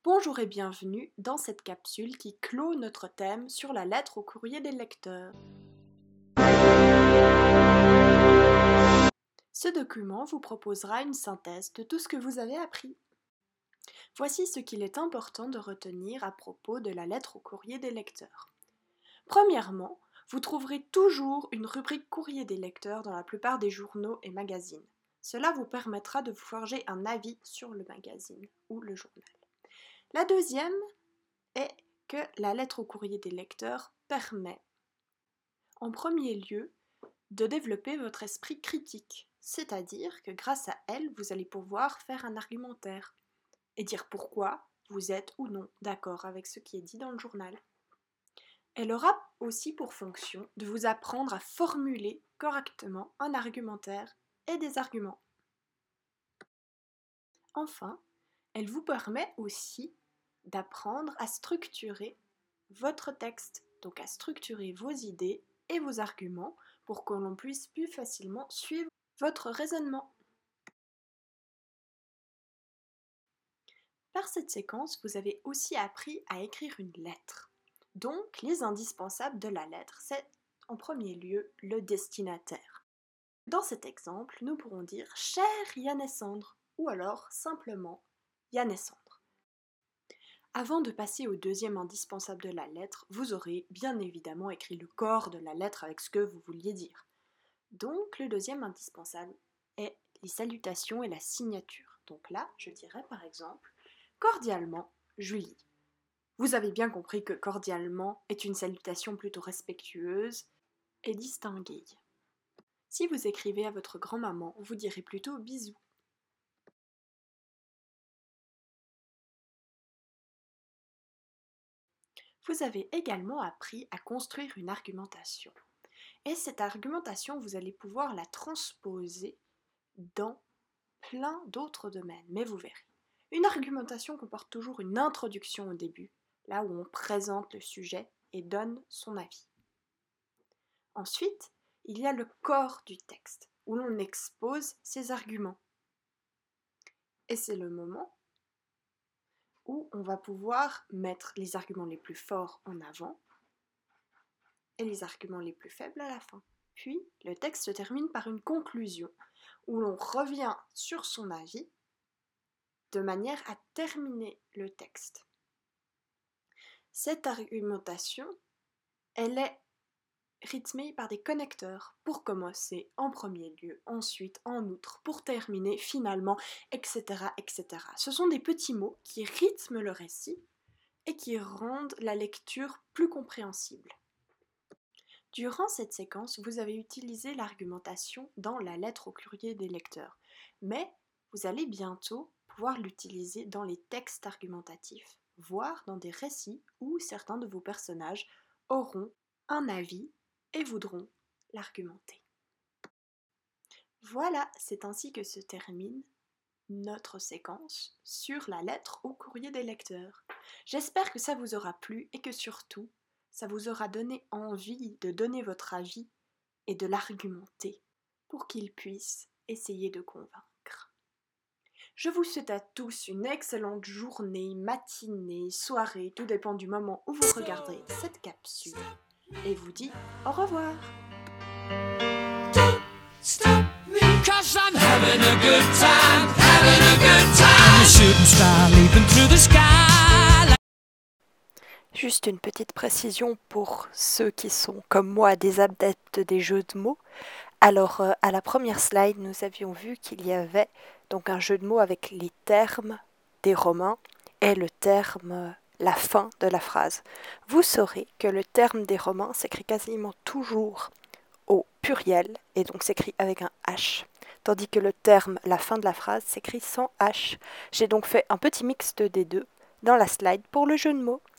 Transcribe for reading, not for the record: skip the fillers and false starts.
Bonjour et bienvenue dans cette capsule qui clôt notre thème sur la lettre au courrier des lecteurs. Ce document vous proposera une synthèse de tout ce que vous avez appris. Voici ce qu'il est important de retenir à propos de la lettre au courrier des lecteurs. Premièrement, vous trouverez toujours une rubrique courrier des lecteurs dans la plupart des journaux et magazines. Cela vous permettra de vous forger un avis sur le magazine ou le journal. La deuxième est que la lettre au courrier des lecteurs permet, en premier lieu, de développer votre esprit critique, c'est-à-dire que grâce à elle, vous allez pouvoir faire un argumentaire et dire pourquoi vous êtes ou non d'accord avec ce qui est dit dans le journal. Elle aura aussi pour fonction de vous apprendre à formuler correctement un argumentaire et des arguments. Enfin, elle vous permet aussi d'apprendre à structurer votre texte, donc à structurer vos idées et vos arguments pour que l'on puisse plus facilement suivre votre raisonnement. Par cette séquence, vous avez aussi appris à écrire une lettre. Donc, les indispensables de la lettre, c'est en premier lieu le destinataire. Dans cet exemple, nous pourrons dire « Cher Yann et Sandre » ou alors simplement « Yann et Sandre ». Avant de passer au deuxième indispensable de la lettre, vous aurez bien évidemment écrit le corps de la lettre avec ce que vous vouliez dire. Donc le deuxième indispensable est les salutations et la signature. Donc là, je dirais par exemple « Cordialement, Julie ». Vous avez bien compris que « cordialement » est une salutation plutôt respectueuse et distinguée. Si vous écrivez à votre grand-maman, vous direz plutôt « bisous ». Vous avez également appris à construire une argumentation. Et cette argumentation, vous allez pouvoir la transposer dans plein d'autres domaines, mais vous verrez. Une argumentation comporte toujours une introduction au début, là où on présente le sujet et donne son avis. Ensuite, il y a le corps du texte, où l'on expose ses arguments. Et c'est le moment où on va pouvoir mettre les arguments les plus forts en avant et les arguments les plus faibles à la fin. Puis, le texte se termine par une conclusion, où l'on revient sur son avis de manière à terminer le texte. Cette argumentation, elle est rythmée par des connecteurs pour commencer en premier lieu, ensuite en outre, pour terminer finalement, etc., etc. Ce sont des petits mots qui rythment le récit et qui rendent la lecture plus compréhensible. Durant cette séquence, vous avez utilisé l'argumentation dans la lettre au courrier des lecteurs, mais vous allez bientôt pouvoir l'utiliser dans les textes argumentatifs, voire dans des récits où certains de vos personnages auront un avis et voudront l'argumenter. Voilà, c'est ainsi que se termine notre séquence sur la lettre au courrier des lecteurs. J'espère que ça vous aura plu et que surtout, ça vous aura donné envie de donner votre avis et de l'argumenter pour qu'il puisse essayer de convaincre. Je vous souhaite à tous une excellente journée, matinée, soirée, tout dépend du moment où vous regarderez cette capsule. Et vous dis au revoir. Stop me, 'cause I'm having a good time, having a good time. A shooting star leaping through the sky. Juste une petite précision pour ceux qui sont comme moi des adeptes des jeux de mots. Alors à la première slide, nous avions vu qu'il y avait donc un jeu de mots avec les termes des Romains et le terme la fin de la phrase. Vous saurez que le terme des Romains s'écrit quasiment toujours au pluriel et donc s'écrit avec un H, tandis que le terme la fin de la phrase s'écrit sans H. J'ai donc fait un petit mixte des deux dans la slide pour le jeu de mots.